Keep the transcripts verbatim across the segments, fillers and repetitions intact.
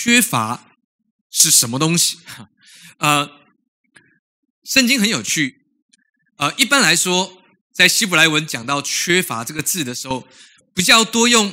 缺乏是什么东西？呃，圣经很有趣。呃，一般来说，在希伯来文讲到缺乏这个字的时候，比较多用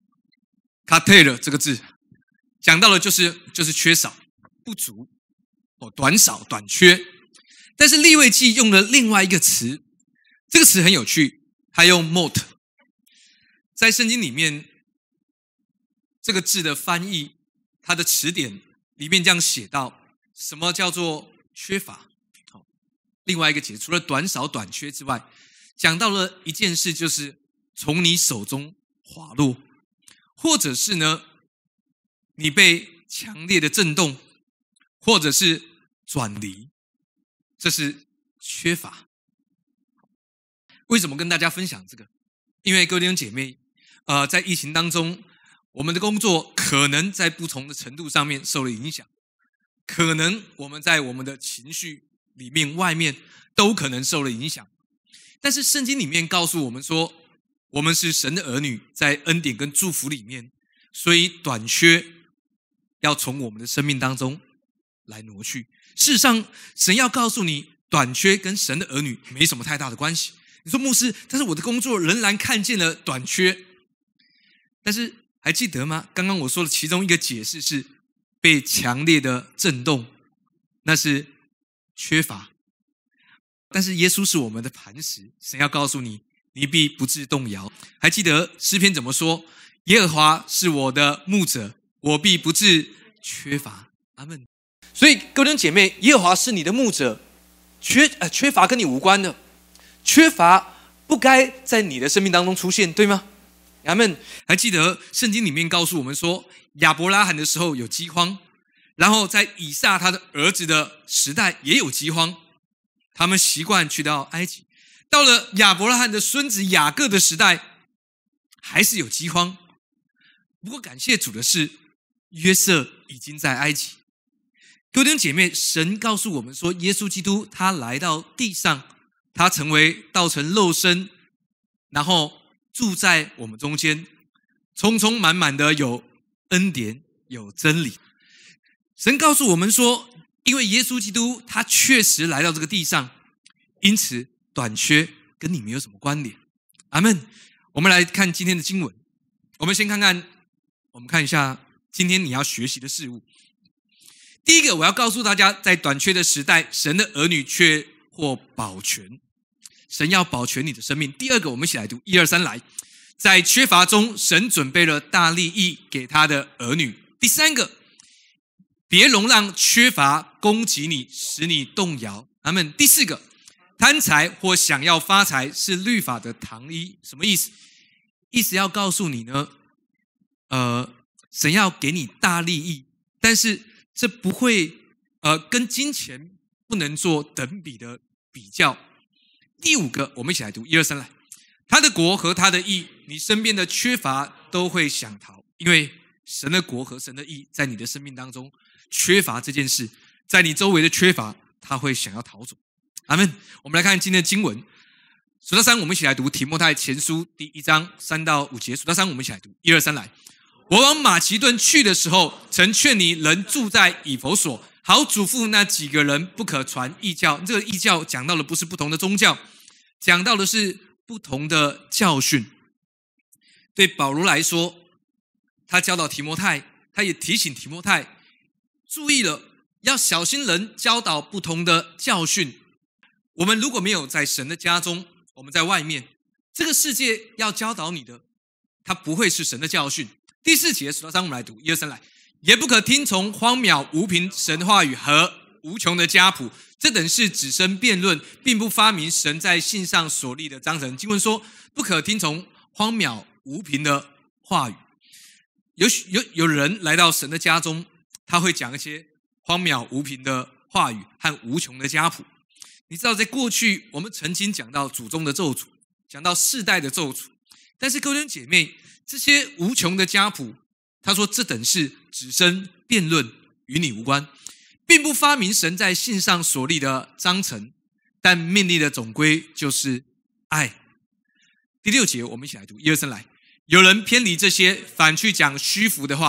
kater 这个字，讲到的就是就是缺少、不足、哦、短少、短缺。但是利未记用了另外一个词，这个词很有趣，他用 mot。在圣经里面，这个字的翻译，它的词典里面这样写到，什么叫做缺乏？另外一个解释，除了短少、短缺之外，讲到了一件事，就是从你手中滑落，或者是呢，你被强烈的震动，或者是转离，这是缺乏。为什么跟大家分享这个？因为各位弟兄姐妹，呃，在疫情当中，我们的工作可能在不同的程度上面受了影响，可能我们在我们的情绪里面、外面都可能受了影响。但是圣经里面告诉我们说，我们是神的儿女，在恩典跟祝福里面，所以短缺要从我们的生命当中来挪去。事实上，神要告诉你，短缺跟神的儿女没什么太大的关系。你说牧师，但是我的工作仍然看见了短缺。但是还记得吗？刚刚我说的其中一个解释是被强烈的震动，那是缺乏。但是耶稣是我们的磐石，神要告诉你，你必不致动摇。还记得诗篇怎么说？耶和华是我的牧者，我必不致缺乏。阿们。所以各位弟兄姐妹，耶和华是你的牧者，缺呃缺乏跟你无关的，缺乏不该在你的生命当中出现，对吗？阿们。还记得圣经里面告诉我们说，亚伯拉罕的时候有饥荒，然后在以撒他的儿子的时代也有饥荒，他们习惯去到埃及。到了亚伯拉罕的孙子雅各的时代，还是有饥荒。不过感谢主的是，约瑟已经在埃及。各位弟兄姐妹，神告诉我们说，耶稣基督他来到地上，他成为道成肉身，然后住在我们中间，充充满满的有恩典，有真理。神告诉我们说，因为耶稣基督他确实来到这个地上，因此短缺跟你没有什么关联。阿们。我们来看今天的经文。我们先看看，我们看一下今天你要学习的事物。第一个，我要告诉大家，在短缺的时代，神的儿女却获保全。神要保全你的生命。第二个，我们一起来读一二三来。在缺乏中，神准备了大利益给他的儿女。第三个，别容让缺乏攻击你，使你动摇。阿们。第四个，贪财或想要发财是律法的糖衣。什么意思？意思要告诉你呢，呃，神要给你大利益，但是这不会呃跟金钱不能做等比的比较。第五个，我们一起来读一二三来。他的国和他的义，你身边的缺乏都会想逃，因为神的国和神的义在你的生命当中缺乏这件事，在你周围的缺乏，他会想要逃走。阿们。我们来看今天的经文，数到三，我们一起来读提摩太前书第一章三到五节。数到三，我们一起来读一二三来。我往马其顿去的时候，曾劝你人住在以弗所，好嘱咐那几个人不可传异教。这个异教讲到的不是不同的宗教，讲到的是不同的教训。对保罗来说，他教导提摩太，他也提醒提摩太注意了，要小心人教导不同的教训。我们如果没有在神的家中，我们在外面，这个世界要教导你的，它不会是神的教训。第四节数到三，我们来读一二三来。也不可听从荒渺无凭神话语和无穷的家谱，这等是只生辩论，并不发明神在信上所立的章程。经文说，不可听从荒渺无凭的话语。有有有人来到神的家中，他会讲一些荒渺无凭的话语和无穷的家谱。你知道，在过去我们曾经讲到祖宗的咒诅，讲到世代的咒诅，但是各位姐妹，这些无穷的家谱，他说这等事只生辩论，与你无关，并不发明神在信上所立的章程，但命令的总归就是爱。第六节，我们一起来读一二三来。有人偏离这些，反去讲虚浮的话，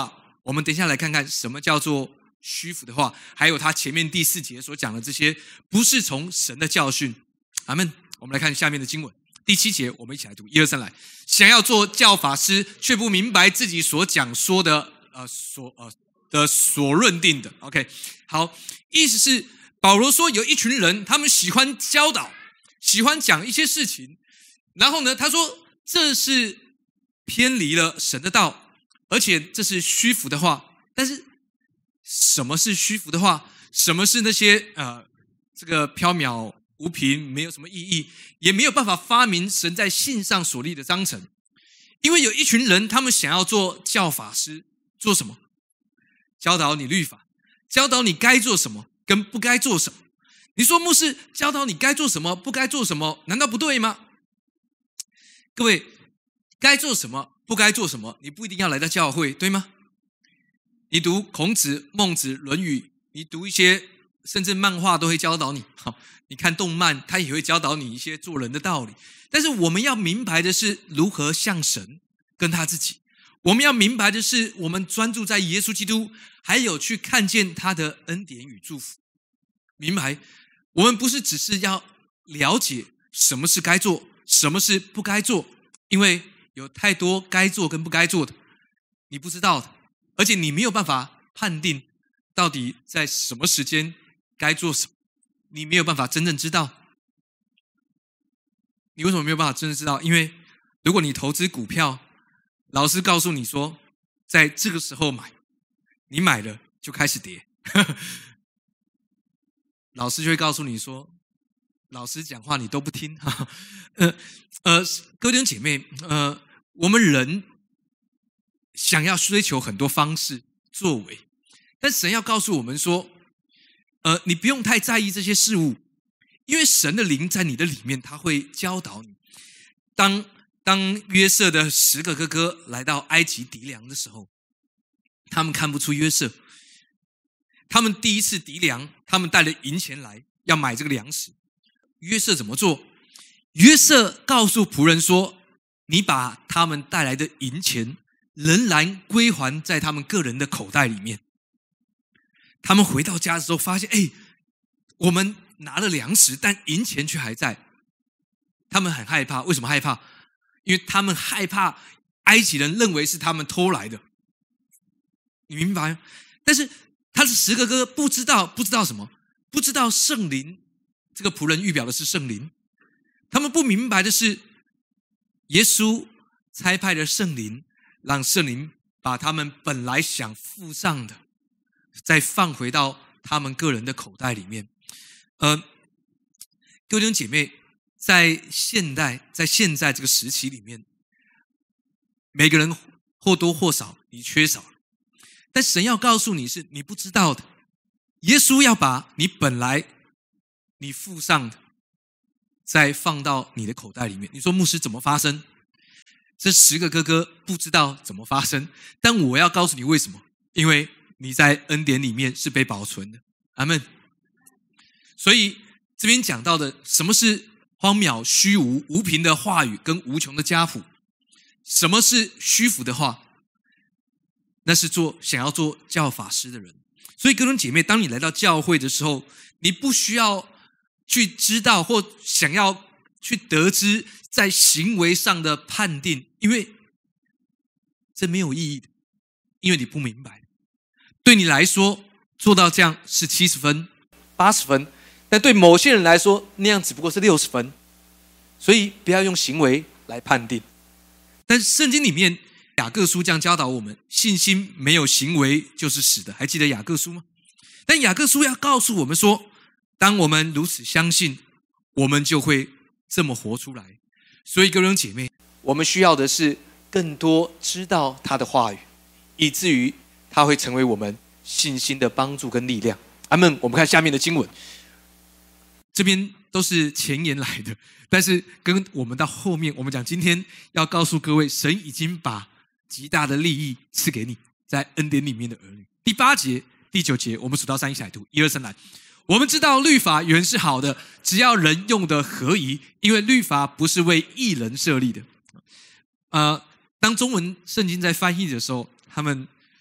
我们等一下来看看什么叫做虚浮的话，还有他前面第四节所讲的这些不是从神的教训。阿们。我们来看下面的经文，第七节，我们一起来读，一二三来。想要做教法师，却不明白自己所讲说的，呃，所呃的所论定的。OK， 好，意思是保罗说有一群人，他们喜欢教导，喜欢讲一些事情，然后呢，他说这是偏离了神的道，而且这是虚浮的话。但是什么是虚浮的话？什么是那些呃这个缥缈无凭，没有什么意义，也没有办法发明神在信上所立的章程？因为有一群人，他们想要做教法师，做什么？教导你律法，教导你该做什么跟不该做什么。你说牧师教导你该做什么不该做什么，难道不对吗？各位，该做什么不该做什么，你不一定要来到教会，对吗？你读孔子、孟子、论语，你读一些甚至漫画都会教导你，你看动漫它也会教导你一些做人的道理。但是我们要明白的是如何向神跟他自己，我们要明白的是我们专注在耶稣基督，还有去看见他的恩典与祝福。明白我们不是只是要了解什么是该做，什么是不该做，因为有太多该做跟不该做的你不知道的，而且你没有办法判定到底在什么时间该做什么，你没有办法真正知道。你为什么没有办法真正知道？因为如果你投资股票，老师告诉你说在这个时候买，你买了就开始跌老师就会告诉你说，老师讲话你都不听呃呃，各位弟兄姐妹，呃，我们人想要追求很多方式作为，但神要告诉我们说，呃，你不用太在意这些事物，因为神的灵在你的里面，他会教导你。当当约瑟的十个哥哥来到埃及籴粮的时候，他们看不出约瑟，他们第一次籴粮，他们带了银钱来要买这个粮食。约瑟怎么做？约瑟告诉仆人说，你把他们带来的银钱仍然归还在他们个人的口袋里面。他们回到家的时候发现，哎，我们拿了粮食，但银钱却还在。他们很害怕，为什么害怕？因为他们害怕埃及人认为是他们偷来的。你明白吗？但是他是十个哥哥，不知道不知道什么？不知道圣灵，这个仆人预表的是圣灵。他们不明白的是，耶稣差派了圣灵，让圣灵把他们本来想付上的再放回到他们个人的口袋里面。呃，各位弟兄姐妹，在现代，在现在这个时期里面，每个人或多或少你缺少，但神要告诉你是你不知道的。耶稣要把你本来你付上的再放到你的口袋里面。你说牧师怎么发生？这十个哥哥不知道怎么发生，但我要告诉你为什么，因为你在恩典里面是被保存的。阿们。所以这边讲到的什么是荒渺虚无无凭的话语跟无穷的家谱，什么是虚浮的话，那是做想要做教法师的人。所以各位姐妹，当你来到教会的时候，你不需要去知道或想要去得知在行为上的判定，因为这没有意义的，因为你不明白。对你来说做到这样是七十分八十分，但对某些人来说那样只不过是六十分。所以不要用行为来判定。但是圣经里面雅各书这样教导我们，信心没有行为就是死的。还记得雅各书吗？但雅各书要告诉我们说，当我们如此相信，我们就会这么活出来。所以各位姐妹，我们需要的是更多知道他的话语，以至于他会成为我们信心的帮助跟力量。阿们。我们看下面的经文，这边都是前言来的，但是跟我们到后面，我们讲今天要告诉各位，神已经把极大的利益赐给你，在恩典里面的儿女。第八节、第九节，我们数到三一起来读，一二三来。我们知道律法原是好的，只要人用的合宜，因为律法不是为义人设立的。呃，当中文圣经在翻译的时候，他们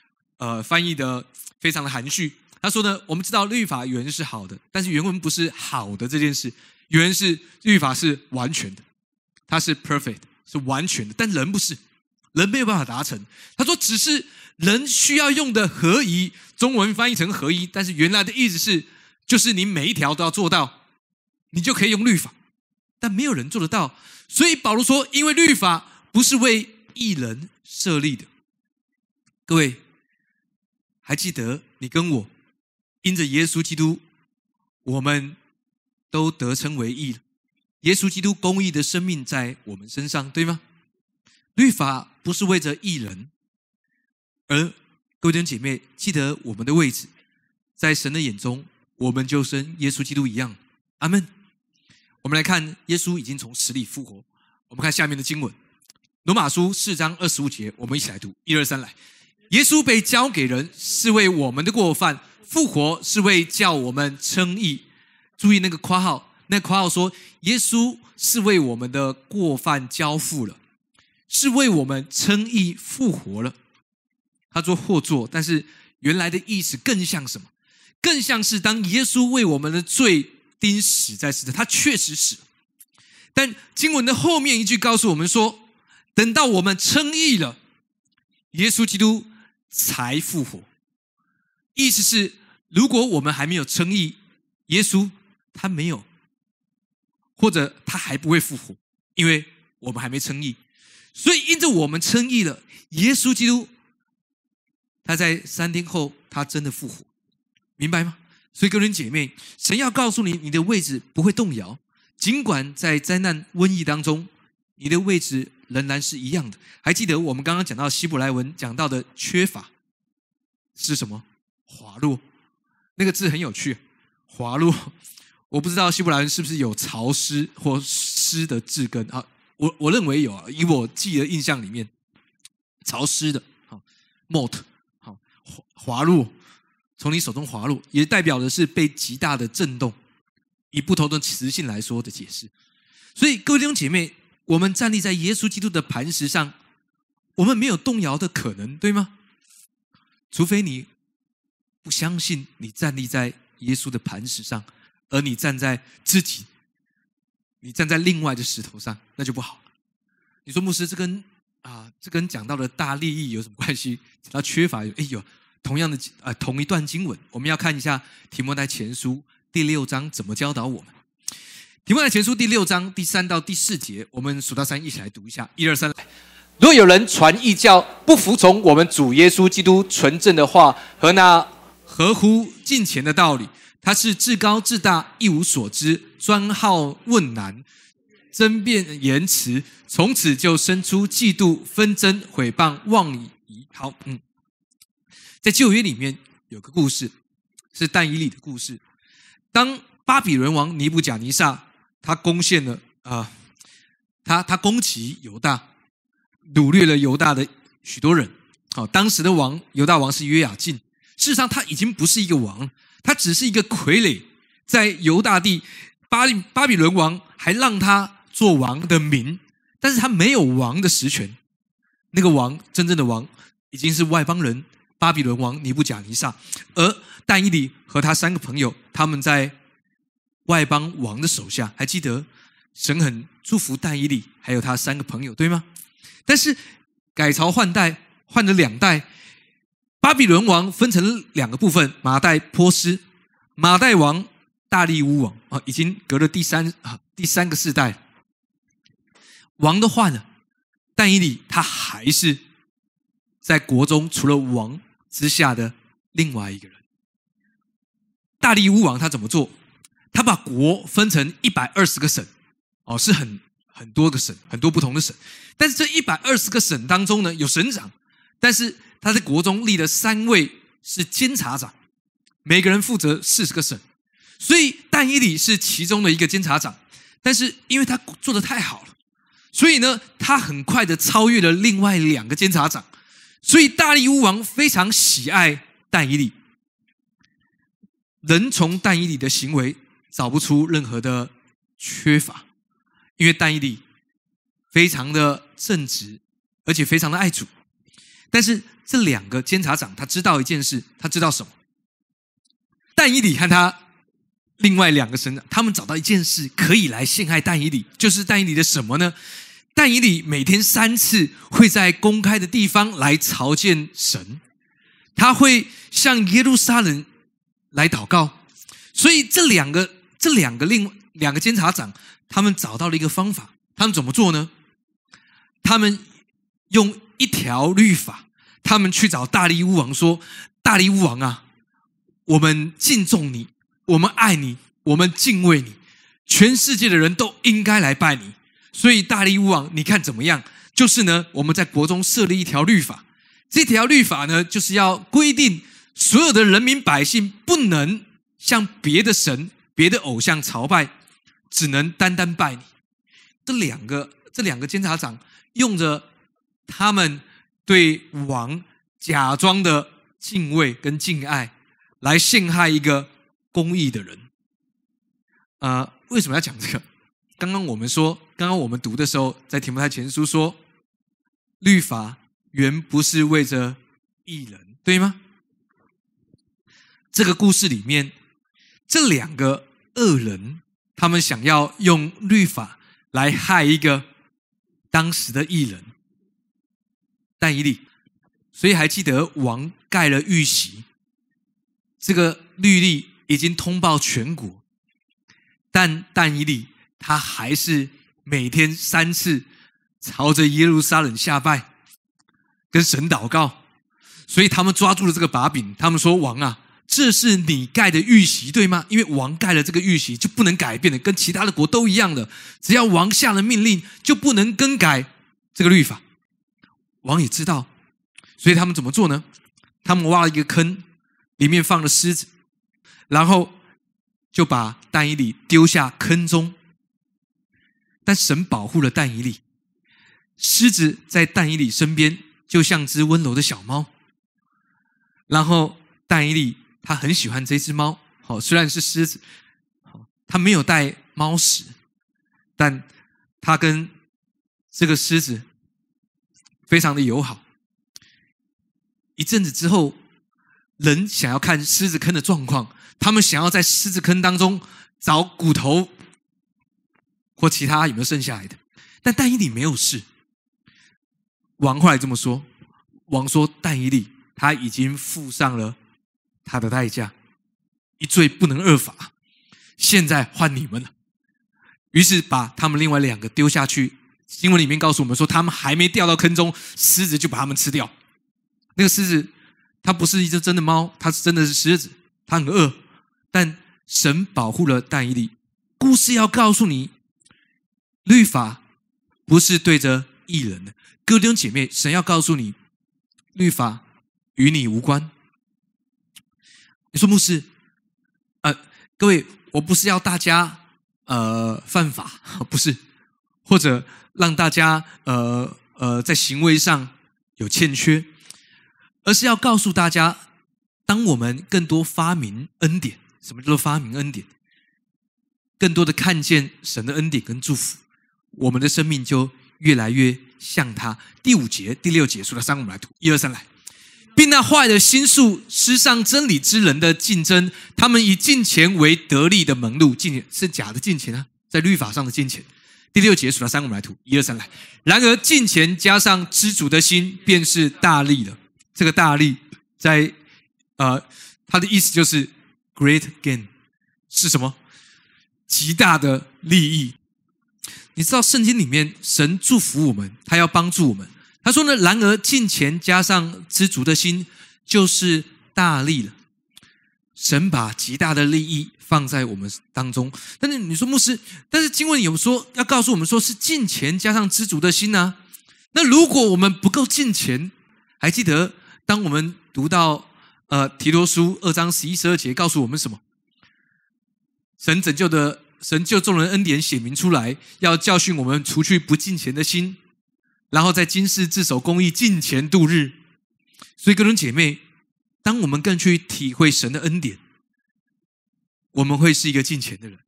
呃翻译的非常的含蓄。他说呢，我们知道律法原是好的，但是原文不是好的这件事，原文是律法是完全的，它是 perfect， 是完全的，但人不是，人没有办法达成。他说只是人需要用的合宜，中文翻译成合宜，但是原来的意思是，就是你每一条都要做到，你就可以用律法，但没有人做得到。所以保罗说，因为律法不是为义人设立的。各位还记得你跟我因着耶稣基督，我们都得称为义了。耶稣基督公义的生命在我们身上，对吗？律法不是为着义人，而各位弟兄姐妹，记得我们的位置，在神的眼中，我们就跟耶稣基督一样。阿们。我们来看，耶稣已经从死里复活。我们看下面的经文，罗马书四章二十五节，我们一起来读，一二三来。耶稣被交给人，是为我们的过犯；复活是为叫我们称义。注意那个括号，那个括号说，耶稣是为我们的过犯交付了，是为我们称义复活了。他说或作，但是原来的意思更像什么？更像是当耶稣为我们的罪钉死在十字架，他确实死了。但经文的后面一句告诉我们说，等到我们称义了，耶稣基督才复活。意思是，如果我们还没有称义，耶稣他没有，或者他还不会复活，因为我们还没称义。所以因着我们称义了，耶稣基督他在三天后他真的复活，明白吗？所以各位姐妹，神要告诉你，你的位置不会动摇，尽管在灾难瘟疫当中，你的位置仍然是一样的。还记得我们刚刚讲到希伯来文讲到的缺乏是什么？滑落。那个字很有趣，滑落。我不知道希伯来文是不是有潮湿或湿的字根啊？我我认为有啊，以我记的印象里面，潮湿的，好 ，mot， 好，滑落。从你手中滑落，也代表的是被极大的震动。以不同的词性来说的解释。所以各位弟兄姐妹，我们站立在耶稣基督的磐石上，我们没有动摇的可能，对吗？除非你不相信你站立在耶稣的磐石上，而你站在自己，你站在另外的石头上，那就不好了。你说牧师，这跟啊，这跟讲到的大利益有什么关系？讲到缺乏，哎呦。同样的呃，同一段经文，我们要看一下提摩太前书第六章怎么教导我们。提摩太前书第六章第三到第四节，我们数到三，一起来读一下，一二三来。若有人传异教，不服从我们主耶稣基督纯正的话和那合乎敬虔的道理，他是至高至大，一无所知，专好问难，争辩言辞，从此就生出嫉妒、纷争、毁谤、妄疑。好，嗯。在旧约里面有个故事，是但以理的故事。当巴比伦王尼布甲尼撒他攻陷了啊、呃，他他攻击犹大，掳掠了犹大的许多人。好、哦，当时的王犹大王是约雅敬，事实上他已经不是一个王，他只是一个傀儡，在犹大地巴巴比伦王还让他做王的民，但是他没有王的实权。那个王真正的王已经是外邦人。巴比伦王尼布甲尼撒，而但以理和他三个朋友，他们在外邦王的手下。还记得神很祝福但以理还有他三个朋友，对吗？但是改朝换代，换了两代，巴比伦王分成两个部分，马代波斯，马代王大利乌王啊，已经隔了第三啊第三个世代，王都换了，但以理他还是在国中除了王之下的另外一个人。大利乌王他怎么做？他把国分成一百二十个省，哦，是很很多个省，很多不同的省。但是这一百二十个省当中呢，有省长，但是他在国中立了三位是监察长，每个人负责四十个省。所以但以理是其中的一个监察长，但是因为他做得太好了，所以呢，他很快的超越了另外两个监察长。所以大利乌王非常喜爱但以理，人从但以理的行为找不出任何的缺乏，因为但以理非常的正直，而且非常的爱主。 但是这两个监察长他知道一件事，他知道什么？但以理和他另外两个省长，他们找到一件事可以来陷害但以理，就是但以理的什么呢？但以理每天三次会在公开的地方来朝见神，他会向耶路撒冷来祷告。所以这两个这两个另两个监察长，他们找到了一个方法，他们怎么做呢？他们用一条律法，他们去找大利乌王说：大利乌王啊，我们敬重你，我们爱你，我们敬畏你，全世界的人都应该来拜你。所以大利乌王，你看怎么样？就是呢，我们在国中设立一条律法，这条律法呢，就是要规定所有的人民百姓不能向别的神、别的偶像朝拜，只能单单拜你。这两个这两个监察长用着他们对王假装的敬畏跟敬爱，来陷害一个公义的人。呃，为什么要讲这个？刚刚我们说，刚刚我们读的时候，在提摩太前书说，律法原不是为着义人，对吗？这个故事里面，这两个恶人，他们想要用律法来害一个当时的义人但以理。所以还记得王盖了谕席，这个律例已经通报全国，但但以理他还是每天三次朝着耶路撒冷下拜，跟神祷告。所以他们抓住了这个把柄，他们说：王啊，这是你盖的谕席，对吗？因为王盖了这个谕席，就不能改变的，跟其他的国都一样的，只要王下了命令，就不能更改这个律法。王也知道，所以他们怎么做呢？他们挖了一个坑，里面放了狮子，然后就把但以理丢下坑中。但神保护了但以理，狮子在但以理身边就像只温柔的小猫。然后但以理他很喜欢这只猫，好，虽然是狮子，他没有带猫食，但他跟这个狮子非常的友好。一阵子之后，人想要看狮子坑的状况，他们想要在狮子坑当中找骨头或其他有没有剩下来的，但但以理没有事。王后来这么说，王说但以理他已经付上了他的代价，一罪不能二罚，现在换你们了。于是把他们另外两个丢下去。经文里面告诉我们说，他们还没掉到坑中，狮子就把他们吃掉。那个狮子它不是一只真的猫，它是真的是狮子，它很饿，但神保护了但以理。故事要告诉你，律法不是对着义人的。各位弟兄姐妹，神要告诉你，律法与你无关。你说牧师，呃，各位，我不是要大家呃犯法，不是，或者让大家呃呃在行为上有欠缺，而是要告诉大家，当我们更多发明恩典，什么叫做发明恩典？更多的看见神的恩典跟祝福，我们的生命就越来越像他。第五节、第六节，数到三，我们来读，一二三，来。并那坏的心术失上真理之人的竞争，他们以金钱为得利的门路，金钱是假的金钱啊，在律法上的金钱。第六节数到三，我们来读，一二三，来。然而金钱加上知足的心，便是大利了。这个大利，在呃，它的意思就是 great gain， 是什么？极大的利益。你知道圣经里面神祝福我们，他要帮助我们。他说呢，然而金钱加上知足的心，就是大利了。神把极大的利益放在我们当中。但是你说牧师，但是经文有说要告诉我们说是金钱加上知足的心啊。那如果我们不够金钱，还记得当我们读到呃提多书二章十一十二节告诉我们什么？神拯救的神救众人恩典显明出来，要教训我们除去不敬虔的心，然后在今世自守公义，敬虔度日。所以各位姐妹，当我们更去体会神的恩典，我们会是一个敬虔的人。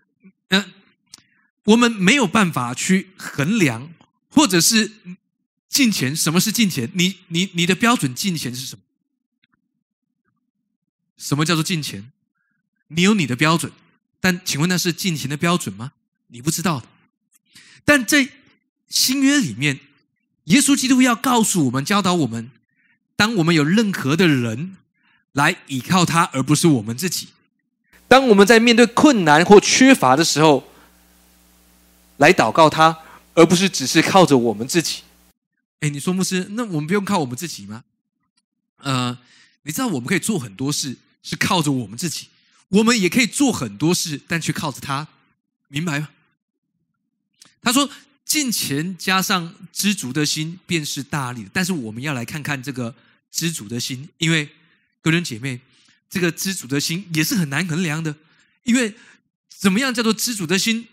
呃，我们没有办法去衡量，或者是金钱，什么是金钱？你你你的标准金钱是什么？什么叫做金钱？你有你的标准，但请问那是金钱的标准吗？你不知道的。但在新约里面，耶稣基督要告诉我们、教导我们，当我们有任何的人来倚靠他，而不是我们自己；当我们在面对困难或缺乏的时候，来祷告他，而不是只是靠着我们自己。哎，你说牧师，那我们不用靠我们自己吗？呃，你知道我们可以做很多事是靠着我们自己，我们也可以做很多事，但却靠着他，明白吗？他说敬虔加上知足的心便是大利的。但是我们要来看看这个知足的心，因为各位姐妹，这个知足的心也是很难衡量的。因为怎么样叫做知足的心？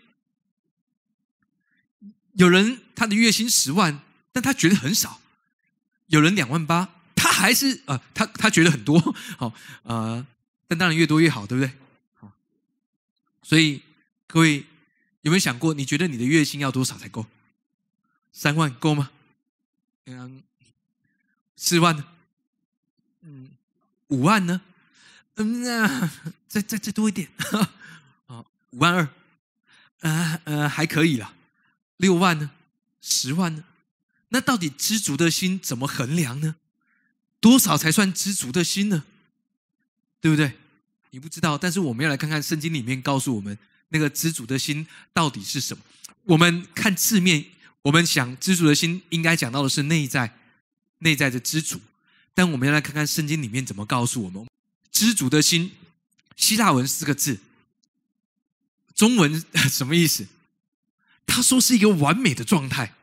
有人他的月薪十万，但他觉得很少；有人两万八，他还是呃，他他觉得很多。好，呃，但当然越多越好，对不对？好，所以各位有没有想过，你觉得你的月薪要多少才够？三万够吗？嗯，四万呢？嗯，五万呢？嗯，那再再再多一点，啊，五万二，呃呃，还可以啦。六万呢？十万呢？那到底知足的心怎么衡量呢？多少才算知足的心呢？对不对？你不知道，但是我们要来看看圣经里面告诉我们，那个知足的心到底是什么。我们看字面，我们想知足的心应该讲到的是内在，内在的知足。但我们要来看看圣经里面怎么告诉我们，知足的心，希腊文四个字，中文什么意思？他说是一个完美的状态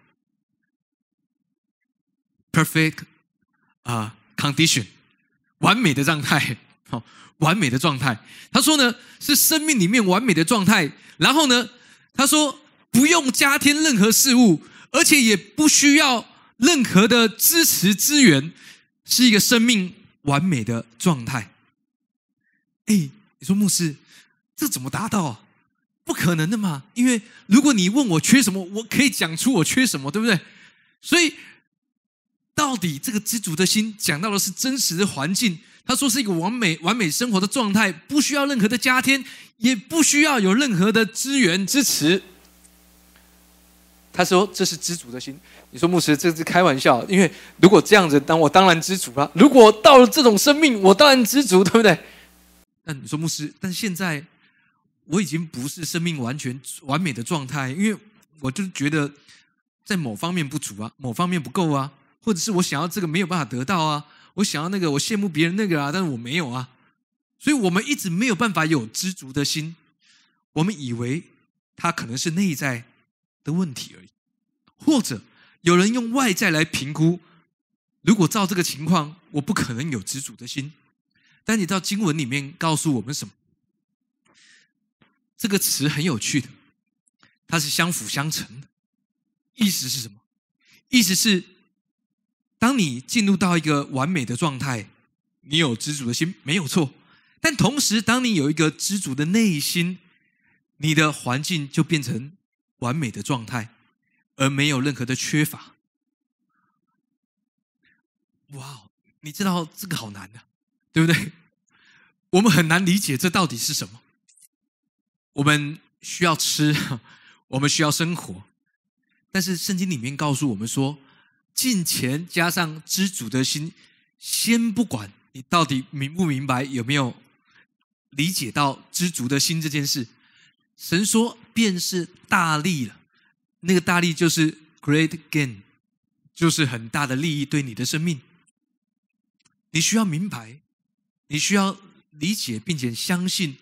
，perfect 啊、uh, condition， 完美的状态，好、哦，完美的状态。他说呢，是生命里面完美的状态。然后呢，他说不用加添任何事物，而且也不需要任何的支持资源，是一个生命完美的状态。哎，你说牧师，这怎么达到啊？不可能的嘛！因为如果你问我缺什么，我可以讲出我缺什么，对不对？所以，到底这个知足的心讲到的是真实的环境。他说是一个完美、完美生活的状态，不需要任何的加添，也不需要有任何的资源支持。他说这是知足的心。你说牧师，这是开玩笑，因为如果这样子，当我当然知足了。如果到了这种生命，我当然知足，对不对？那你说牧师，但现在我已经不是生命完全完美的状态，因为我就觉得在某方面不足啊，某方面不够啊，或者是我想要这个没有办法得到啊，我想要那个，我羡慕别人那个啊，但是我没有啊，所以我们一直没有办法有知足的心。我们以为它可能是内在的问题而已，或者有人用外在来评估，如果照这个情况，我不可能有知足的心。但你知道经文里面告诉我们什么？这个词很有趣的，它是相辅相成的。意思是什么？意思是，当你进入到一个完美的状态，你有知足的心，没有错。但同时，当你有一个知足的内心，你的环境就变成完美的状态，而没有任何的缺乏。哇，你知道这个好难的、啊，对不对？我们很难理解这到底是什么。我们需要吃，我们需要生活，但是圣经里面告诉我们说，敬虔加上知足的心，先不管你到底明不明白，有没有理解到知足的心这件事，神说便是大利了。那个大利就是 great gain， 就是很大的利益对你的生命。你需要明白，你需要理解并且相信，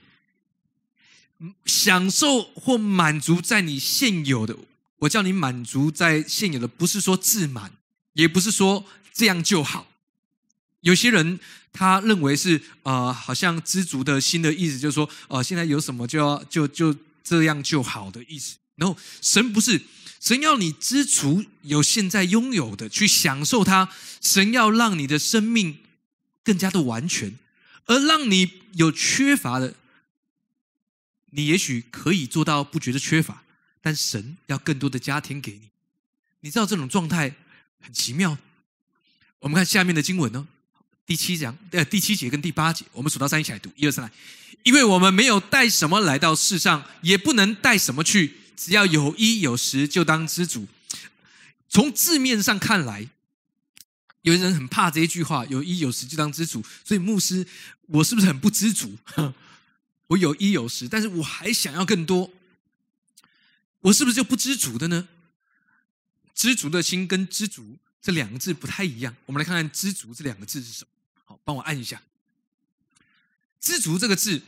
享受或满足在你现有的。我叫你满足在现有的，不是说自满，也不是说这样就好。有些人他认为是呃，好像知足的心的意思，就是说，呃，现在有什么就要就就这样就好的意思。然后神不是，神要你知足，有现在拥有的去享受它。神要让你的生命更加的完全，而让你有缺乏的。你也许可以做到不觉得缺乏，但神要更多的加添给你。你知道这种状态很奇妙。我们看下面的经文呢，第七章呃第七节跟第八节，我们数到三一起来读，一二三来。因为我们没有带什么来到世上，也不能带什么去，只要有衣有食，就当知足。从字面上看来，有人很怕这一句话，有衣有食就当知足。所以牧师，我是不是很不知足？我有衣有食，但是我还想要更多，我是不是就不知足的呢？知足的心跟知足这两个字不太一样。我们来看看知足这两个字是什么。好，帮我按一下。知足这个字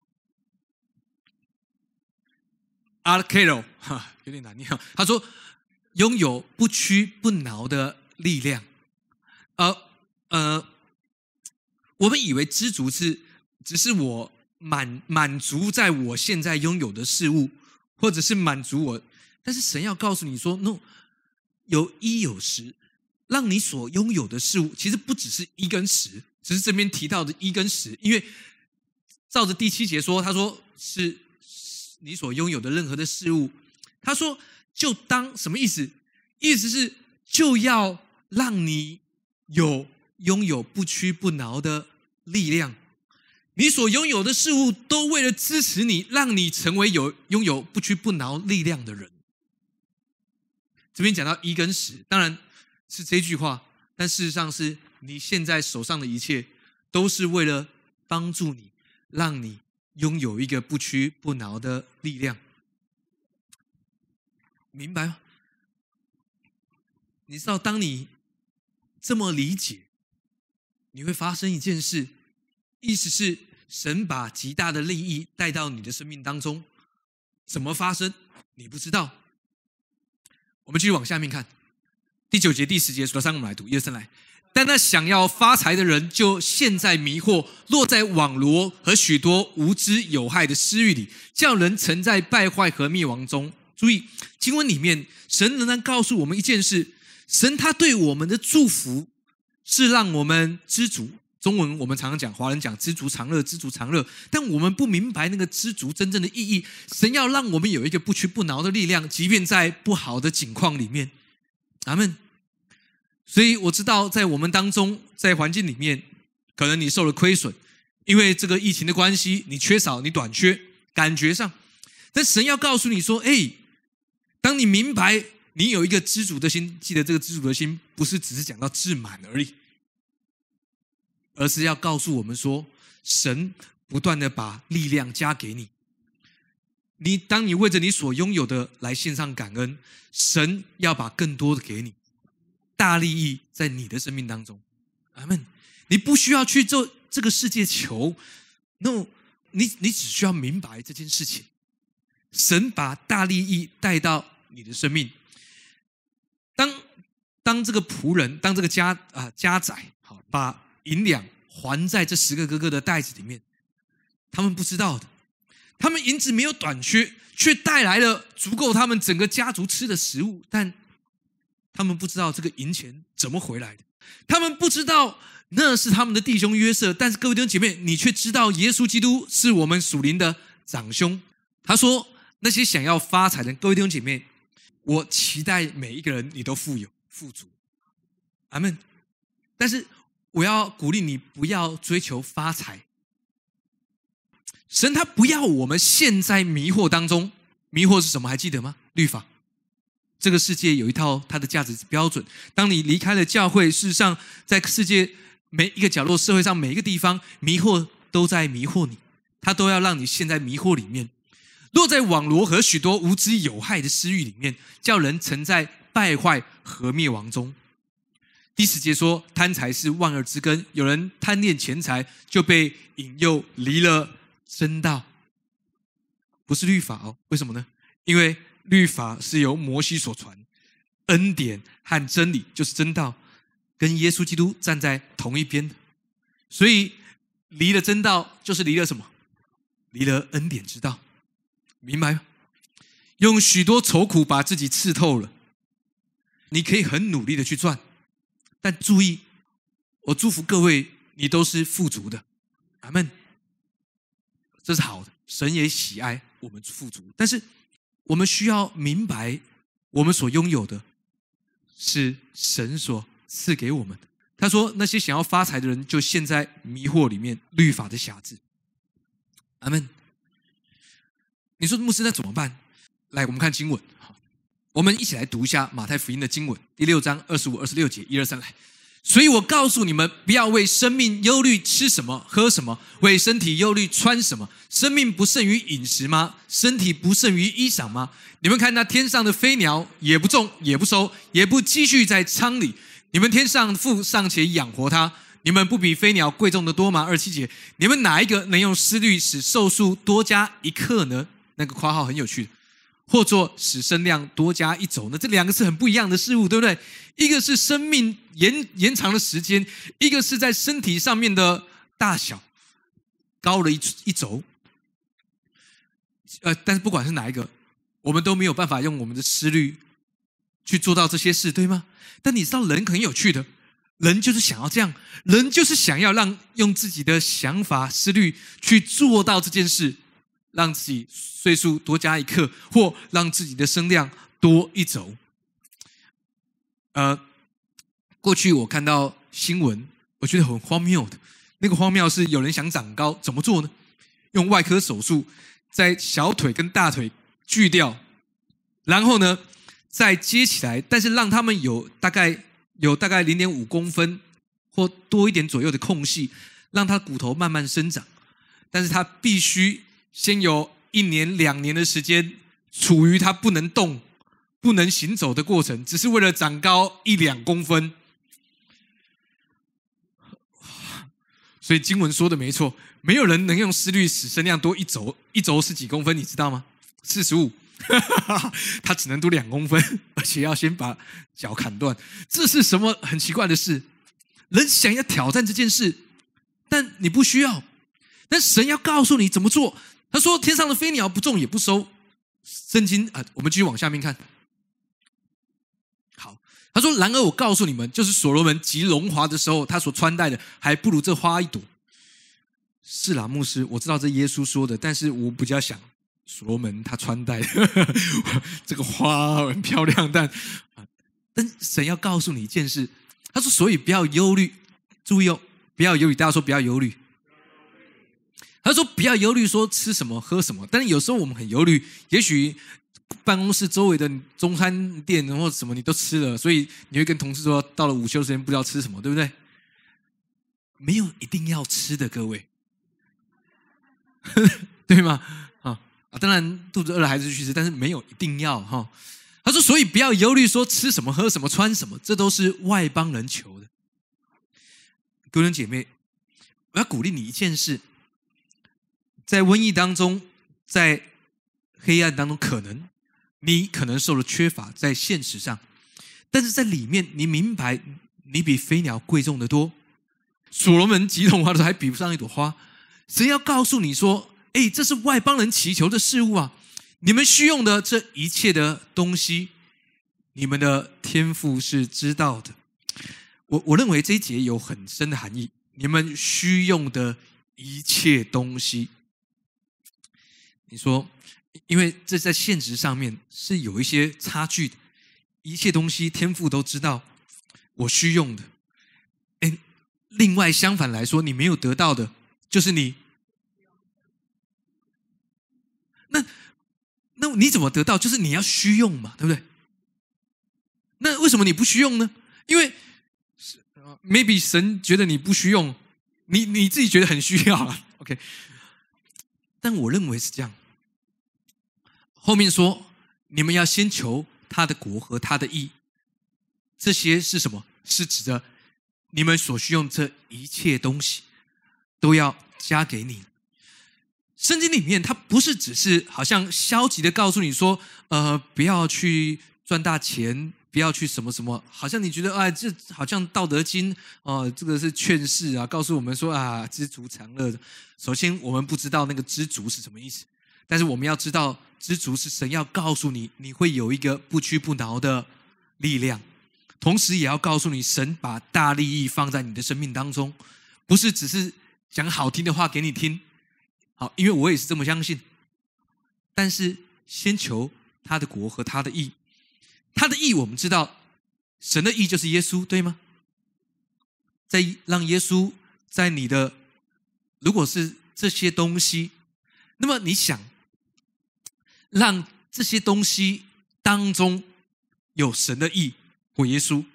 Arcaro 有点难念。他说拥有不屈不挠的力量。呃呃，我们以为知足是只是我满满足在我现在拥有的事物，或者是满足我，但是神要告诉你说 ，no， 有衣有食，让你所拥有的事物，其实不只是一跟食，只是这边提到的一跟食，因为照着第七节说，他说是你所拥有的任何的事物，他说就当什么意思？意思是就要让你有拥有不屈不挠的力量。你所拥有的事物都为了支持你，让你成为有拥有不屈不挠力量的人。这边讲到一跟十，当然是这句话，但事实上是你现在手上的一切都是为了帮助你，让你拥有一个不屈不挠的力量。明白吗？你知道当你这么理解，你会发生一件事，意思是神把极大的利益带到你的生命当中，怎么发生你不知道。我们继续往下面看，第九节第十节数到三，我们来读，一二三来。但那想要发财的人就陷在迷惑，落在网罗和许多无知有害的私欲里，叫人沉在败坏和灭亡中。注意经文里面，神仍然告诉我们一件事，神他对我们的祝福是让我们知足。中文我们常常讲，华人讲知足常乐，知足常乐，但我们不明白那个知足真正的意义。神要让我们有一个不屈不挠的力量，即便在不好的境况里面。阿们。所以我知道在我们当中，在环境里面，可能你受了亏损，因为这个疫情的关系，你缺少，你短缺，感觉上。但神要告诉你说，哎，当你明白你有一个知足的心，记得这个知足的心不是只是讲到自满而已，而是要告诉我们说，神不断的把力量加给你。你当你为着你所拥有的来献上感恩，神要把更多的给你，大利益在你的生命当中。阿们。你不需要去做这个世界求 ，no， 你你只需要明白这件事情。神把大利益带到你的生命。当当这个仆人，当这个家啊、呃、家宰，好把银两还在这十个哥哥的袋子里面，他们不知道的，他们银子没有短缺，却带来了足够他们整个家族吃的食物，但他们不知道这个银钱怎么回来的，他们不知道那是他们的弟兄约瑟，但是各位弟兄姐妹，你却知道耶稣基督是我们属灵的长兄。他说那些想要发财的各位弟兄姐妹，我期待每一个人你都富有富足，阿们。但是我要鼓励你不要追求发财。神他不要我们陷在迷惑当中。迷惑是什么？还记得吗？律法。这个世界有一套它的价值标准，当你离开了教会，事实上在世界每一个角落，社会上每一个地方，迷惑都在迷惑你，它都要让你陷在迷惑里面，落在网罗和许多无知有害的私欲里面，叫人沉在败坏和灭亡中。第十节说，贪财是万恶之根，有人贪恋钱财，就被引诱离了真道。不是律法哦，为什么呢？因为律法是由摩西所传，恩典和真理就是真道，跟耶稣基督站在同一边，所以离了真道就是离了什么？离了恩典之道，明白吗？用许多愁苦把自己刺透了。你可以很努力的去赚，但注意，我祝福各位，你都是富足的，阿们。这是好的，神也喜爱我们富足，但是我们需要明白，我们所拥有的是神所赐给我们的。他说那些想要发财的人就陷在迷惑里面，律法的辖制。阿们。你说牧师那怎么办？来，我们看经文，我们一起来读一下马太福音的经文第六章二十五、二十六节，一二三来。所以我告诉你们，不要为生命忧虑吃什么喝什么，为身体忧虑穿什么。生命不胜于饮食吗？身体不胜于衣裳吗？你们看那天上的飞鸟，也不种也不收，也不积蓄在仓里，你们天上父尚且养活它，你们不比飞鸟贵重的多吗？二七节，你们哪一个能用思虑使寿数多加一刻呢？那个括号很有趣的，或作使身量多加一轴呢？这两个是很不一样的事物，对不对？一个是生命延延长的时间，一个是在身体上面的大小高了一一轴。呃，但是不管是哪一个，我们都没有办法用我们的思虑去做到这些事，对吗？但你知道人很有趣的，人就是想要这样，人就是想要让用自己的想法思虑去做到这件事，让自己岁数多加一刻，或让自己的声量多一轴。呃，过去我看到新闻，我觉得很荒谬的。那个荒谬是有人想长高，怎么做呢？用外科手术在小腿跟大腿锯掉，然后呢再接起来，但是让他们有大概有大概零点五公分或多一点左右的空隙，让他骨头慢慢生长。但是他必须先有一年两年的时间处于他不能动不能行走的过程，只是为了长高一两公分。所以经文说的没错，没有人能用思虑使身量多一轴，一轴是几公分你知道吗？四十五。他只能多两公分，而且要先把脚砍断。这是什么很奇怪的事？人想要挑战这件事，但你不需要。但神要告诉你怎么做。他说天上的飞鸟不种也不收。圣经啊，我们继续往下面看。好，他说然而我告诉你们，就是所罗门极荣华的时候，他所穿戴的还不如这花一朵。是啦，牧师，我知道这耶稣说的，但是我比较想所罗门他穿戴这个花很漂亮，但但神要告诉你一件事，他说所以不要忧虑，注意哦，不要忧虑，大家说不要忧虑。他说不要忧虑说吃什么喝什么，但是有时候我们很忧虑，也许办公室周围的中餐店或什么你都吃了，所以你会跟同事说到了午休时间不知道吃什么，对不对？没有一定要吃的，各位对吗？啊，当然肚子饿了还是去吃，但是没有一定要哈。他说所以不要忧虑说吃什么喝什么穿什么，这都是外邦人求的。各位姐妹，我要鼓励你一件事，在瘟疫当中，在黑暗当中，可能你可能受了缺乏，在现实上，但是在里面你明白你比飞鸟贵重的多。所罗门极荣华的时候还比不上一朵花。神要告诉你说，哎，这是外邦人祈求的事物啊，你们需用的这一切的东西，你们的天父是知道的。我我认为这一节有很深的含义，你们需用的一切东西。你说，因为这在现实上面是有一些差距的，一切东西天父都知道我需用的。哎，另外相反来说，你没有得到的，就是你。那那你怎么得到？就是你要需用嘛，对不对？那为什么你不需用呢？因为 maybe 神觉得你不需用，你你自己觉得很需要啊。OK， 但我认为是这样。后面说，你们要先求他的国和他的义，这些是什么？是指着你们所需用这一切东西都要加给你。圣经里面它不是只是好像消极的告诉你说，呃，不要去赚大钱，不要去什么什么，好像你觉得哎，这好像道德经哦、呃，这个是劝世啊，告诉我们说啊，知足常乐。首先我们不知道那个知足是什么意思，但是我们要知道知足是神要告诉你，你会有一个不屈不挠的力量，同时也要告诉你，神把大利益放在你的生命当中，不是只是讲好听的话给你听。好，因为我也是这么相信。但是先求他的国和他的义，他的义我们知道神的义就是耶稣，对吗？在让耶稣在你的，如果是这些东西，那么你想让这些东西当中有神的义或耶稣。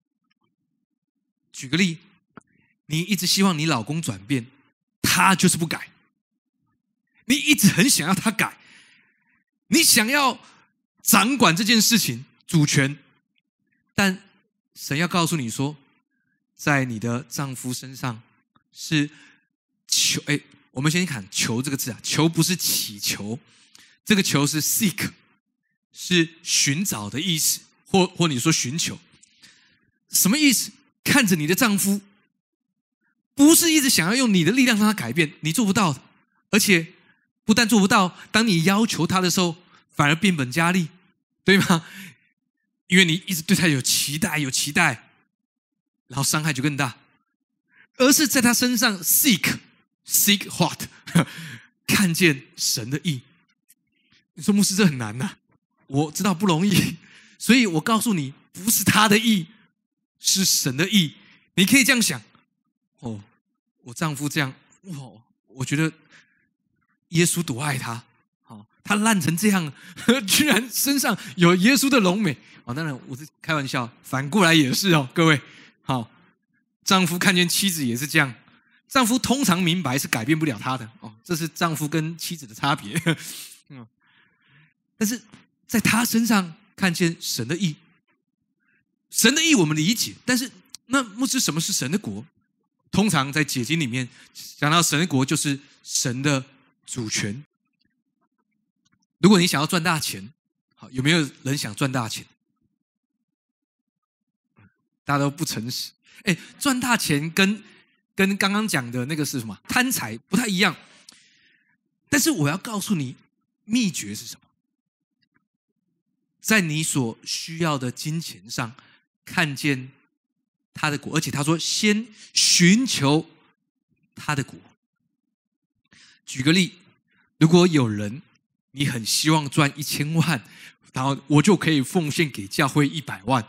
举个例，你一直希望你老公转变，他就是不改，你一直很想要他改，你想要掌管这件事情主权，但神要告诉你说，在你的丈夫身上是求，哎，我们先看求这个字啊，求不是祈求，这个求是 seek， 是寻找的意思，或或你说寻求，什么意思？看着你的丈夫，不是一直想要用你的力量让他改变，你做不到的，而且不但做不到，当你要求他的时候，反而变本加厉，对吗？因为你一直对他有期待，有期待，然后伤害就更大。而是在他身上 seek seek what 看见神的义。你说牧师这很难呐、啊，我知道不容易，所以我告诉你，不是他的义，是神的义。你可以这样想，哦，我丈夫这样，哇，我觉得耶稣多爱他，好，他烂成这样，居然身上有耶稣的荣美。哦，当然我是开玩笑，反过来也是哦，各位，好，丈夫看见妻子也是这样，丈夫通常明白是改变不了他的哦，这是丈夫跟妻子的差别。嗯，但是在他身上看见神的义，神的义我们理解，但是那牧师什么是神的国？通常在解经里面讲到神的国就是神的主权。如果你想要赚大钱，好，有没有人想赚大钱？大家都不诚实。哎，赚大钱跟跟刚刚讲的那个是什么？贪财不太一样。但是我要告诉你，秘诀是什么？在你所需要的金钱上看见他的国，而且他说先寻求他的国。举个例，如果有人你很希望赚一千万，然后我就可以奉献给教会一百万，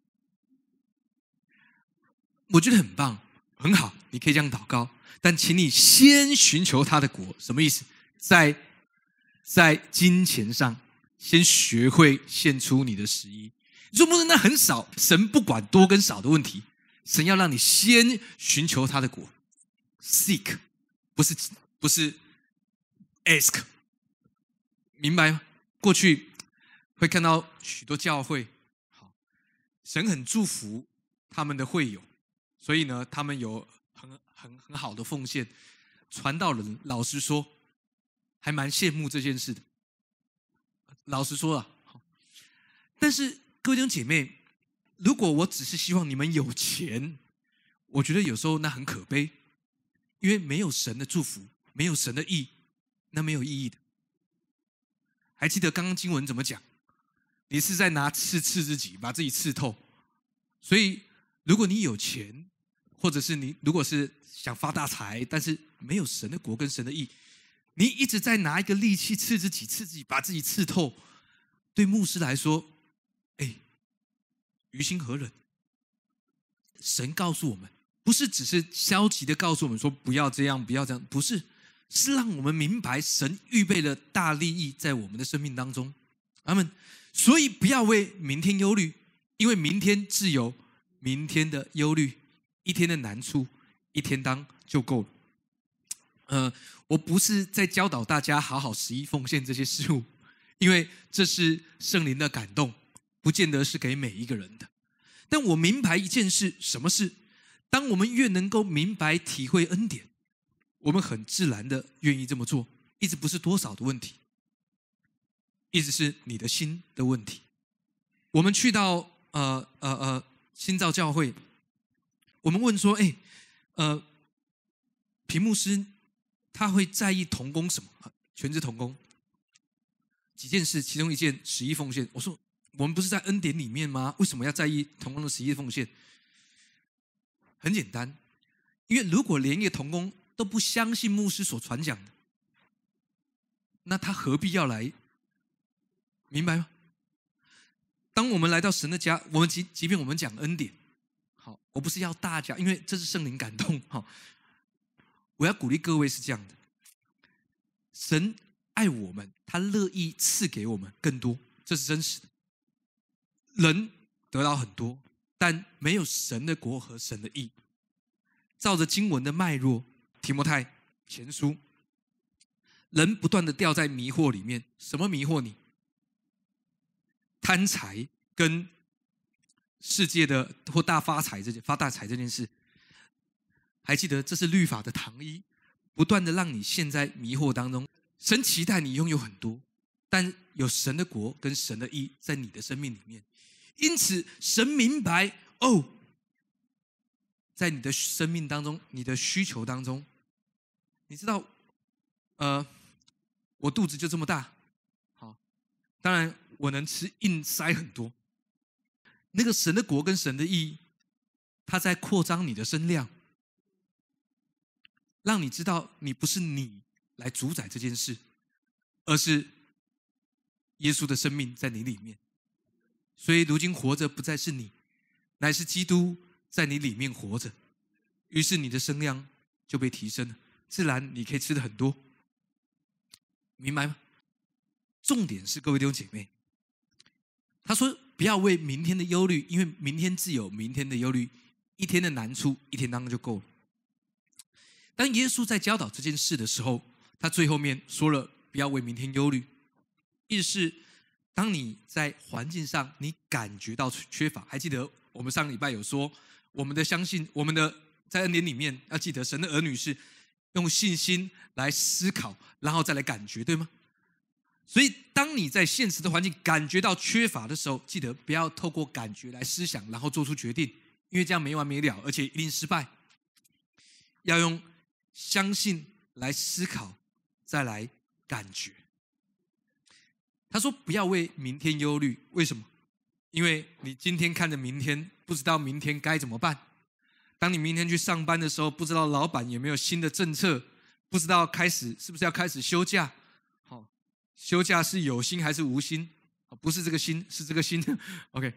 我觉得很棒，很好，你可以这样祷告，但请你先寻求他的国。什么意思？在在金钱上先学会献出你的十一。你说不是那很少，神不管多跟少的问题，神要让你先寻求他的国 ，seek 不是不是 ask， 明白吗？过去会看到许多教会，好，神很祝福他们的会友，所以呢，他们有很很很好的奉献。传道人老实说，还蛮羡慕这件事的。老实说啊，但是各位弟兄姐妹，如果我只是希望你们有钱，我觉得有时候那很可悲，因为没有神的祝福，没有神的义，那没有意义的。还记得刚刚经文怎么讲？你是在拿刺刺自己，把自己刺透。所以，如果你有钱，或者是你如果是想发大财，但是没有神的国跟神的义，你一直在拿一个利器刺自己，刺自己，把自己刺透。对牧师来说，哎，于心何忍？神告诉我们，不是只是消极的告诉我们说不要这样，不要这样，不是，是让我们明白神预备了大利益在我们的生命当中。阿们。所以不要为明天忧虑，因为明天自有明天的忧虑，一天的难处一天当就够了。呃，我不是在教导大家好好十一奉献这些事物，因为这是圣灵的感动，不见得是给每一个人的。但我明白一件事，什么事？当我们越能够明白体会恩典，我们很自然的愿意这么做，一直不是多少的问题，一直是你的心的问题。我们去到呃呃呃新造教会，我们问说，哎，呃，平牧师他会在意同工什么？全职同工几件事，其中一件十一奉献。我说，我们不是在恩典里面吗？为什么要在意同工的十一奉献？很简单，因为如果连一个同工都不相信牧师所传讲的，那他何必要来？明白吗？ 当我们来到神的家，我们即即便我们讲恩典，好，我不是要大家，因为这是圣灵感动，好，我要鼓励各位是这样的：神爱我们，他乐意赐给我们更多，这是真实的。人得到很多，但没有神的国和神的义。照着经文的脉络，提摩太前书，人不断的掉在迷惑里面。什么迷惑你？贪财跟世界的或大发财这件发大财这件事，还记得这是律法的糖衣，不断的让你陷在迷惑当中。神期待你拥有很多，但有神的国跟神的义在你的生命里面。因此神明白哦，在你的生命当中，你的需求当中，你知道呃，我肚子就这么大，好，当然我能吃硬塞很多。那个神的国跟神的义，它在扩张你的身量，让你知道你不是你来主宰这件事，而是耶稣的生命在你里面。所以如今活着不再是你，乃是基督在你里面活着。于是你的身量就被提升了，自然你可以吃的很多，明白吗？重点是各位弟兄姐妹，他说不要为明天的忧虑，因为明天自有明天的忧虑，一天的难处一天当中就够了。当耶稣在教导这件事的时候，他最后面说了不要为明天忧虑，意思是当你在环境上你感觉到缺乏，还记得我们上个礼拜有说，我们的相信，我们的在恩典里面要记得，神的儿女是用信心来思考，然后再来感觉，对吗？所以当你在现实的环境感觉到缺乏的时候，记得不要透过感觉来思想，然后做出决定，因为这样没完没了，而且一定失败。要用相信来思考，再来感觉。他说不要为明天忧虑，为什么？因为你今天看着明天，不知道明天该怎么办。当你明天去上班的时候，不知道老板有没有新的政策，不知道开始是不是要开始休假。好，休假是有薪还是无薪？不是这个薪，是这个薪。OK，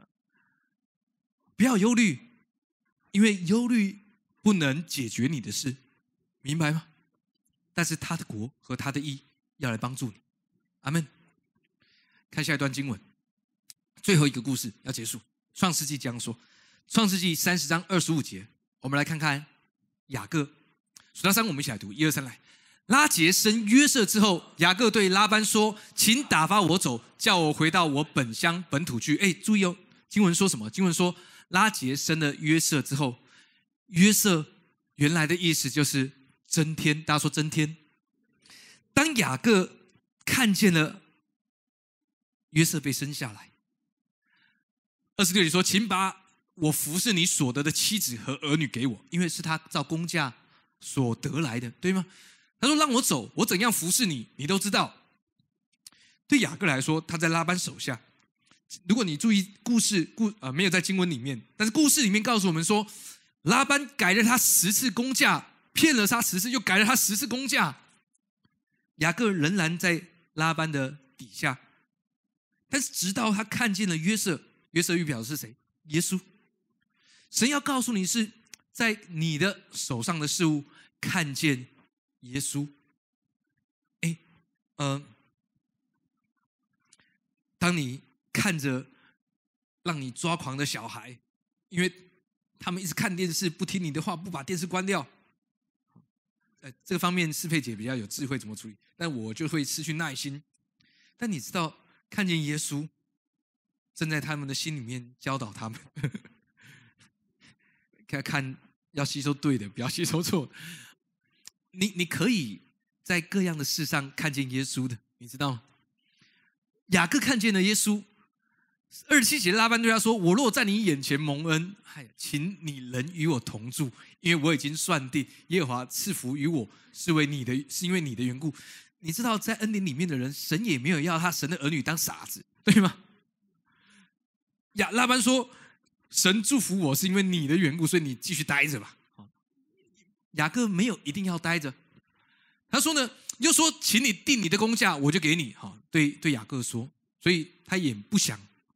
不要忧虑，因为忧虑不能解决你的事，明白吗？但是他的国和他的义要来帮助你。阿们。看下一段经文，最后一个故事要结束。创世纪这样说，创世纪三十章二十五节，我们来看看雅各。数到三，我们一起来读，一二三，来。拉结生约瑟之后，雅各对拉班说：“请打发我走，叫我回到我本乡本土去。”哎，注意哦，经文说什么？经文说拉结生了约瑟之后，约瑟原来的意思就是增添。大家说增添。当雅各看见了约瑟被生下来，二十六节说：“请把我服侍你所得的妻子和儿女给我，因为是他照公价所得来的，对吗？”他说：“让我走，我怎样服侍你，你都知道。”对雅各来说，他在拉班手下。如果你注意故事，故呃没有在经文里面，但是故事里面告诉我们说，拉班改了他十次工价，骗了他十次，又改了他十次工价。雅各仍然在拉班的底下。但是直到他看见了约瑟，约瑟预表的是谁？耶稣。神要告诉你是在你的手上的事物看见耶稣。哎，呃，当你看着让你抓狂的小孩，因为他们一直看电视，不听你的话，不把电视关掉。呃，这个方面适配姐比较有智慧怎么处理，但我就会失去耐心。但你知道，看见耶稣正在他们的心里面教导他们，看看要吸收对的，不要吸收错的。你你可以在各样的事上看见耶稣的，你知道吗？雅各看见了耶稣。二十七节拉班对他说：“我若在你眼前蒙恩，哎，请你人与我同住，因为我已经算定耶和华赐福于我，是为你的，是因为你的缘故。”你知道，在恩典里面的人，神也没有要他神的儿女当傻子，对吗？亚拉班说：“神祝福我是因为你的缘故，所以你继续待着吧。”雅各没有一定要待着，他说呢，又说：“请你定你的工价，我就给你。”哈，对对，雅各说，所以他也不想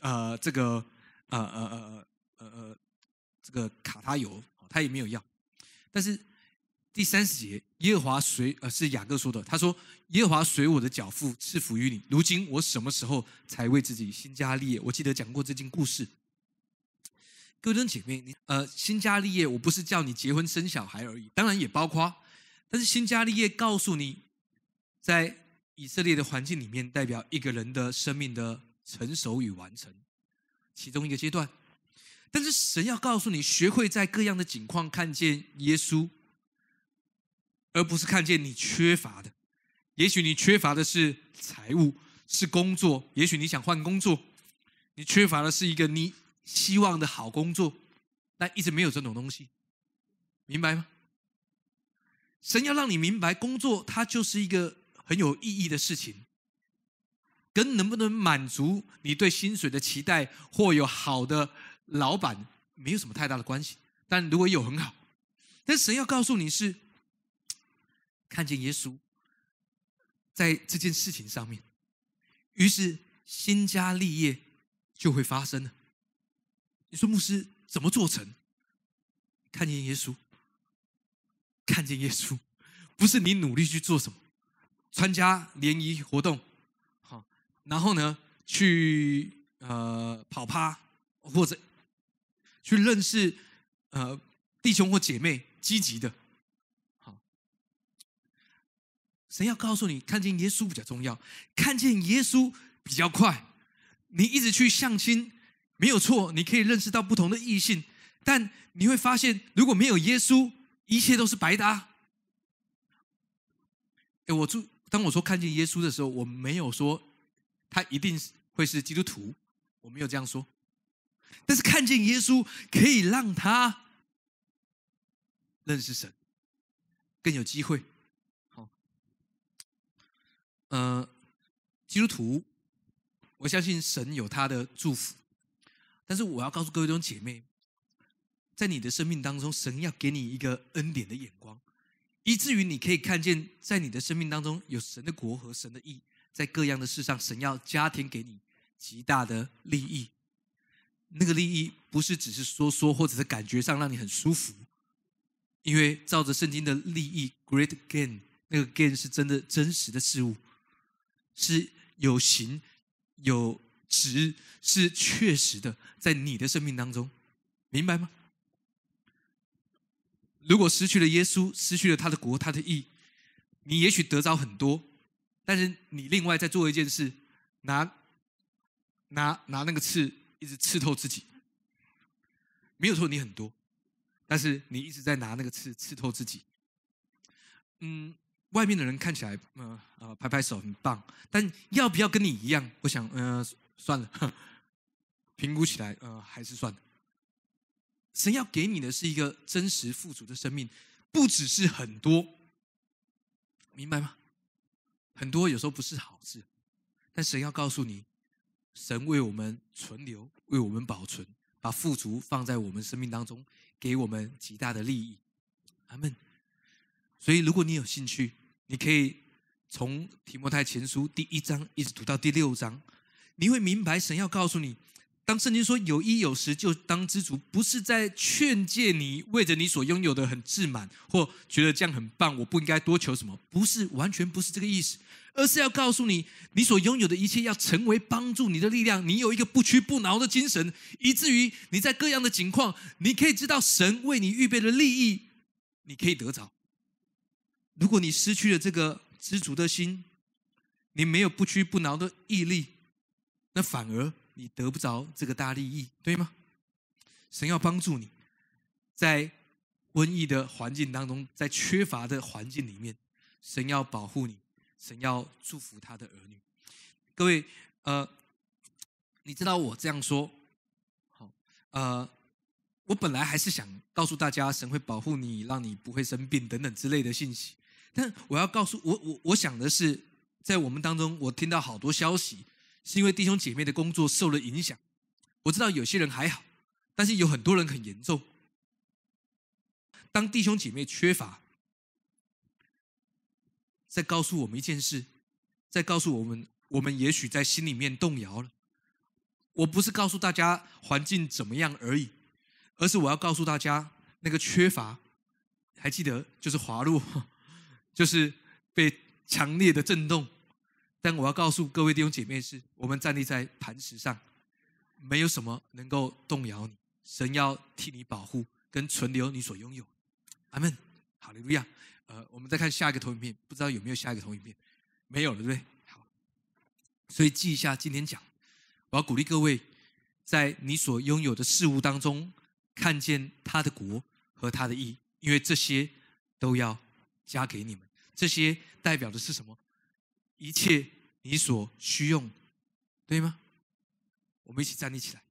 呃这个呃呃呃呃呃这个卡他油，他也没有要。但是第三十节，耶和华随呃是雅各说的，他说耶和华随我的脚腹赐福于你。如今我什么时候才为自己兴家立业？我记得讲过这件故事。各位弟兄姐妹，你呃兴家立业，我不是叫你结婚生小孩而已，当然也包括。但是兴家立业告诉你，在以色列的环境里面，代表一个人的生命的成熟与完成，其中一个阶段。但是神要告诉你，学会在各样的境况看见耶稣，而不是看见你缺乏的。也许你缺乏的是财物，是工作，也许你想换工作，你缺乏的是一个你希望的好工作，但一直没有这种东西，明白吗？神要让你明白，工作它就是一个很有意义的事情，跟能不能满足你对薪水的期待或有好的老板没有什么太大的关系。但如果有很好，但神要告诉你是看见耶稣在这件事情上面，于是兴家立业就会发生了。你说牧师怎么做成？看见耶稣，看见耶稣，不是你努力去做什么，参加联谊活动，好，然后呢去呃跑趴，或者去认识呃弟兄或姐妹，积极的。好，神要告诉你，看见耶稣比较重要，看见耶稣比较快。你一直去相亲没有错，你可以认识到不同的异性，但你会发现，如果没有耶稣，一切都是白搭。哎，我就当我说看见耶稣的时候，我没有说他一定会是基督徒，我没有这样说。但是看见耶稣可以让他认识神，更有机会。好，呃，基督徒，我相信神有他的祝福，但是我要告诉各位弟兄姐妹，在你的生命当中，神要给你一个恩典的眼光，以至于你可以看见，在你的生命当中有神的国和神的义，在各样的事上，神要加添给你极大的利益。那个利益不是只是说说，或者是感觉上让你很舒服，因为照着圣经的利益 ，great gain， 那个 gain 是真的真实的事物，是有形有质，是确实的，在你的生命当中，明白吗？如果失去了耶稣，失去了他的国，他的义，你也许得着很多，但是你另外再做一件事，拿拿拿那个刺一直刺透自己，没有错，你很多，但是你一直在拿那个刺刺透自己。嗯，外面的人看起来呃呃拍拍手很棒，但要不要跟你一样？我想呃算了，评估起来呃还是算了。神要给你的是一个真实富足的生命，不只是很多，明白吗？很多有时候不是好事，但神要告诉你，神为我们存留，为我们保存，把富足放在我们生命当中，给我们极大的利益。阿们。所以如果你有兴趣，你可以从提摩太前书第一章一直读到第六章，你会明白神要告诉你，当圣经说有衣有食就当知足，不是在劝诫你为着你所拥有的很自满，或觉得这样很棒，我不应该多求什么，不是，完全不是这个意思，而是要告诉你，你所拥有的一切要成为帮助你的力量，你有一个不屈不挠的精神，以至于你在各样的情况，你可以知道神为你预备的利益，你可以得着。如果你失去了这个知足的心，你没有不屈不挠的毅力，那反而你得不着这个大利益，对吗？神要帮助你，在瘟疫的环境当中，在缺乏的环境里面，神要保护你，神要祝福他的儿女。各位，呃，你知道我这样说，好，呃，我本来还是想告诉大家，神会保护你，让你不会生病等等之类的信息，但我要告诉我，我我想的是，在我们当中，我听到好多消息。是因为弟兄姐妹的工作受了影响，我知道有些人还好，但是有很多人很严重。当弟兄姐妹缺乏，在告诉我们一件事，在告诉我们，我们也许在心里面动摇了。 我不是告诉大家环境怎么样而已，而是我要告诉大家那个缺乏，还记得就是滑落，就是被强烈的震动。但我要告诉各位弟兄姐妹是，我们站立在磐石上，没有什么能够动摇你。神要替你保护跟存留你所拥有。阿们，哈利路亚。呃，我们再看下一个投影片，不知道有没有下一个投影片？没有了，对不对？好，所以记一下今天讲，我要鼓励各位，在你所拥有的事物当中，看见他的国和他的义，因为这些都要加给你们。这些代表的是什么？一切你所需用，对吗？我们一起站立起来。